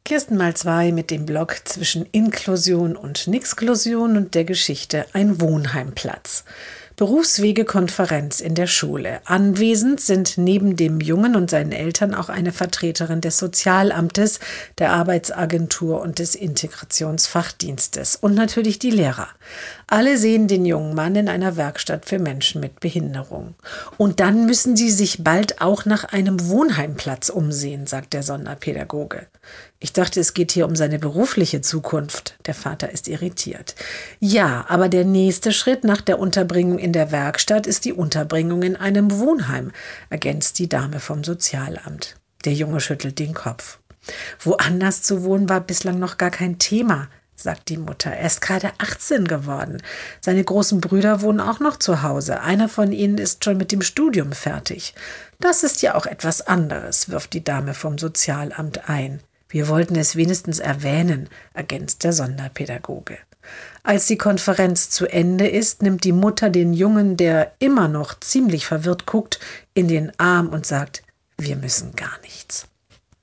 Kirsten mal zwei mit dem Blog zwischen Inklusion und Nixklusion und der Geschichte Ein Wohnheimplatz. Berufswegekonferenz in der Schule. Anwesend sind neben dem Jungen und seinen Eltern auch eine Vertreterin des Sozialamtes, der Arbeitsagentur und des Integrationsfachdienstes und natürlich die Lehrer. Alle sehen den jungen Mann in einer Werkstatt für Menschen mit Behinderung. Und dann müssen sie sich bald auch nach einem Wohnheimplatz umsehen, sagt der Sonderpädagoge. Ich dachte, es geht hier um seine berufliche Zukunft. Der Vater ist irritiert. Ja, aber der nächste Schritt nach der Unterbringung in der Werkstatt ist die Unterbringung in einem Wohnheim, ergänzt die Dame vom Sozialamt. Der Junge schüttelt den Kopf. Woanders zu wohnen war bislang noch gar kein Thema, sagt die Mutter. Er ist gerade 18 geworden. Seine großen Brüder wohnen auch noch zu Hause. Einer von ihnen ist schon mit dem Studium fertig. Das ist ja auch etwas anderes, wirft die Dame vom Sozialamt ein. Wir wollten es wenigstens erwähnen, ergänzt der Sonderpädagoge. Als die Konferenz zu Ende ist, nimmt die Mutter den Jungen, der immer noch ziemlich verwirrt guckt, in den Arm und sagt, wir müssen gar nichts.